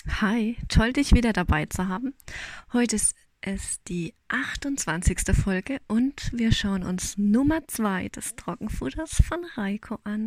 Hi, toll dich wieder dabei zu haben. Heute ist es die 28. Folge und wir schauen uns Nummer 2 des Trockenfutters von Reiko an.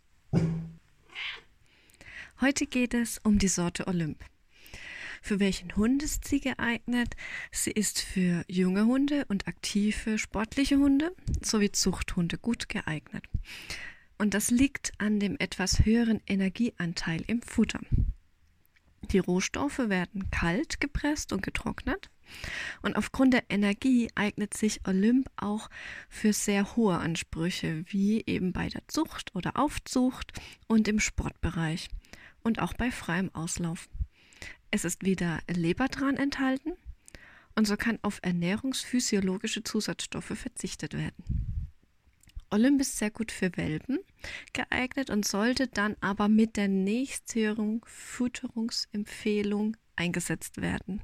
Heute geht es um die Sorte Olymp. Für welchen Hund ist sie geeignet? Sie ist für junge Hunde und aktive, sportliche Hunde sowie Zuchthunde gut geeignet. Und das liegt an dem etwas höheren Energieanteil im Futter. Die Rohstoffe werden kalt gepresst und getrocknet. Und aufgrund der Energie eignet sich Olymp auch für sehr hohe Ansprüche, wie eben bei der Zucht oder Aufzucht und im Sportbereich und auch bei freiem Auslauf. Es ist wieder Lebertran enthalten und so kann auf ernährungsphysiologische Zusatzstoffe verzichtet werden. Olymp ist sehr gut für Welpen geeignet und sollte dann aber mit der nächsthöheren Fütterungsempfehlung eingesetzt werden.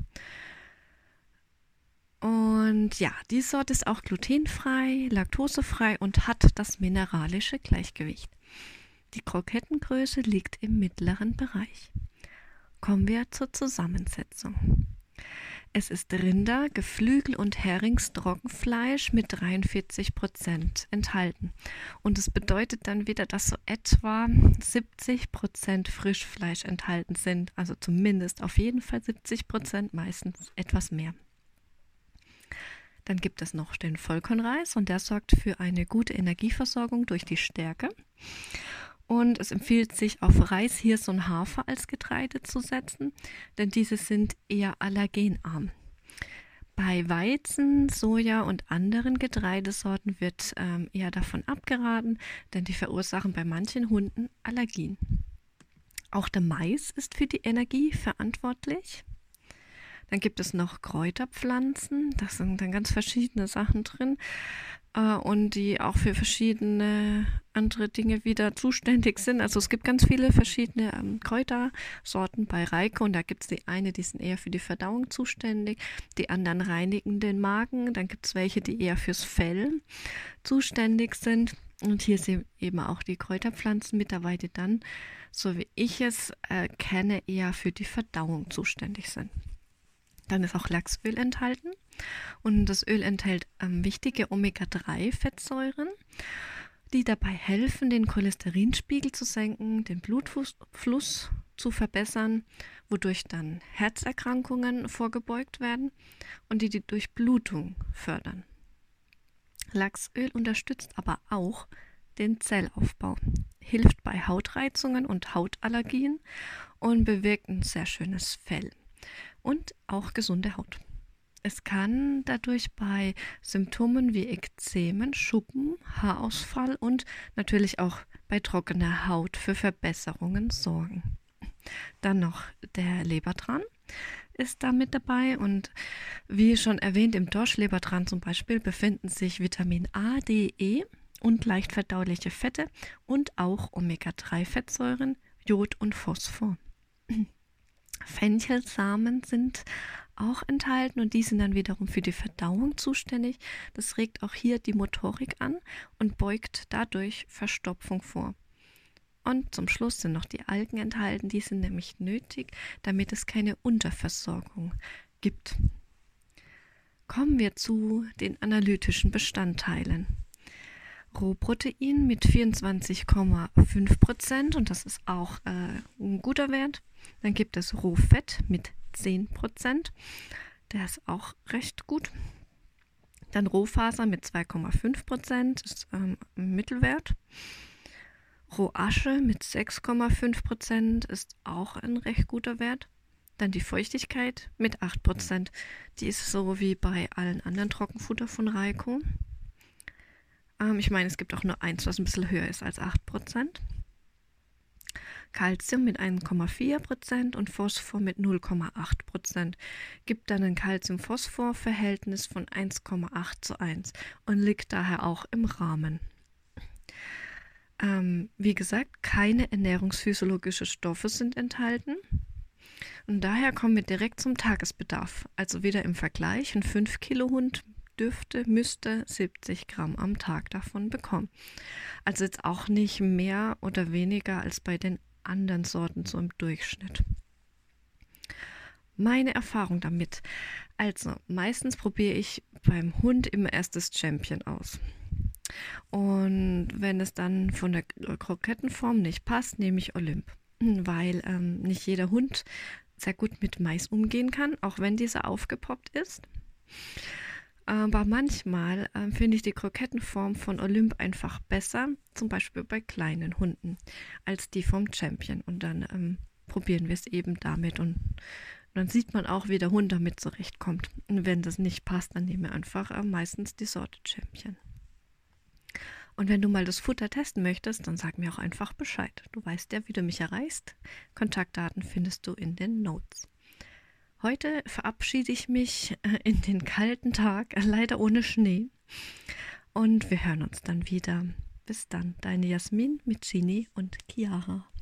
Und ja, die Sorte ist auch glutenfrei, laktosefrei und hat das mineralische Gleichgewicht. Die Krokettengröße liegt im mittleren Bereich. Kommen wir zur Zusammensetzung. Es ist Rinder-, Geflügel- und Herringstrockenfleisch mit 43% enthalten. Und es bedeutet dann wieder, dass so etwa 70% Frischfleisch enthalten sind. Also zumindest auf jeden Fall 70%, meistens etwas mehr. Dann gibt es noch den Vollkornreis und der sorgt für eine gute Energieversorgung durch die Stärke. Und es empfiehlt sich, auf Reis, Hirse und Hafer als Getreide zu setzen, denn diese sind eher allergenarm. Bei Weizen, Soja und anderen Getreidesorten wird eher davon abgeraten, denn die verursachen bei manchen Hunden Allergien. Auch der Mais ist für die Energie verantwortlich. Dann gibt es noch Kräuterpflanzen, da sind dann ganz verschiedene Sachen drin und die auch für verschiedene andere Dinge wieder zuständig sind. Also es gibt ganz viele verschiedene Kräutersorten bei Reiko und da gibt es die eine, die sind eher für die Verdauung zuständig, die anderen reinigen den Magen, dann gibt es welche, die eher fürs Fell zuständig sind. Und hier sind eben auch die Kräuterpflanzen mittlerweile dann, so wie ich es kenne, eher für die Verdauung zuständig sind. Dann ist auch Lachsöl enthalten und das Öl enthält wichtige Omega-3-Fettsäuren, die dabei helfen, den Cholesterinspiegel zu senken, den Blutfluss zu verbessern, wodurch dann Herzerkrankungen vorgebeugt werden und die Durchblutung fördern. Lachsöl unterstützt aber auch den Zellaufbau, hilft bei Hautreizungen und Hautallergien und bewirkt ein sehr schönes Fell und auch gesunde Haut. Es kann dadurch bei Symptomen wie Ekzemen, Schuppen, Haarausfall und natürlich auch bei trockener Haut für Verbesserungen sorgen. Dann noch der Lebertran ist da mit dabei und wie schon erwähnt, im Dorschlebertran zum Beispiel befinden sich Vitamin A, D, E und leicht verdauliche Fette und auch Omega-3-Fettsäuren, Jod und Phosphor. Fenchelsamen sind auch enthalten und die sind dann wiederum für die Verdauung zuständig. Das regt auch hier die Motorik an und beugt dadurch Verstopfung vor. Und zum Schluss sind noch die Algen enthalten, die sind nämlich nötig, damit es keine Unterversorgung gibt. Kommen wir zu den analytischen Bestandteilen. Rohprotein mit 24,5% und das ist auch ein guter Wert. Dann gibt es Rohfett mit 10%, der ist auch recht gut. Dann Rohfaser mit 2,5% ist ein Mittelwert. Rohasche mit 6,5% ist auch ein recht guter Wert. Dann die Feuchtigkeit mit 8%, die ist so wie bei allen anderen Trockenfutter von Reiko. Ich meine, es gibt auch nur eins, was ein bisschen höher ist als 8%. Calcium mit 1,4% und Phosphor mit 0,8%. Gibt dann ein Calcium-Phosphor-Verhältnis von 1,8:1 und liegt daher auch im Rahmen. Wie gesagt, keine ernährungsphysiologischen Stoffe sind enthalten. Und daher kommen wir direkt zum Tagesbedarf. Also wieder im Vergleich, ein 5-Kilo-Hund müsste 70 Gramm am Tag davon bekommen. Also jetzt auch nicht mehr oder weniger als bei den anderen Sorten so im Durchschnitt. Meine Erfahrung damit. Also, meistens probiere ich beim Hund immer erst das Champion aus. Und wenn es dann von der Krokettenform nicht passt, nehme ich Olymp. Weil nicht jeder Hund sehr gut mit Mais umgehen kann, auch wenn dieser aufgepoppt ist. Aber manchmal finde ich die Krokettenform von Olymp einfach besser, zum Beispiel bei kleinen Hunden, als die vom Champion. Und dann probieren wir es eben damit und dann sieht man auch, wie der Hund damit zurechtkommt. Und wenn das nicht passt, dann nehmen wir einfach meistens die Sorte Champion. Und wenn du mal das Futter testen möchtest, dann sag mir auch einfach Bescheid. Du weißt ja, wie du mich erreichst. Kontaktdaten findest du in den Notes. Heute verabschiede ich mich in den kalten Tag, leider ohne Schnee. Und wir hören uns dann wieder. Bis dann, deine Jasmin mit Gini und Chiara.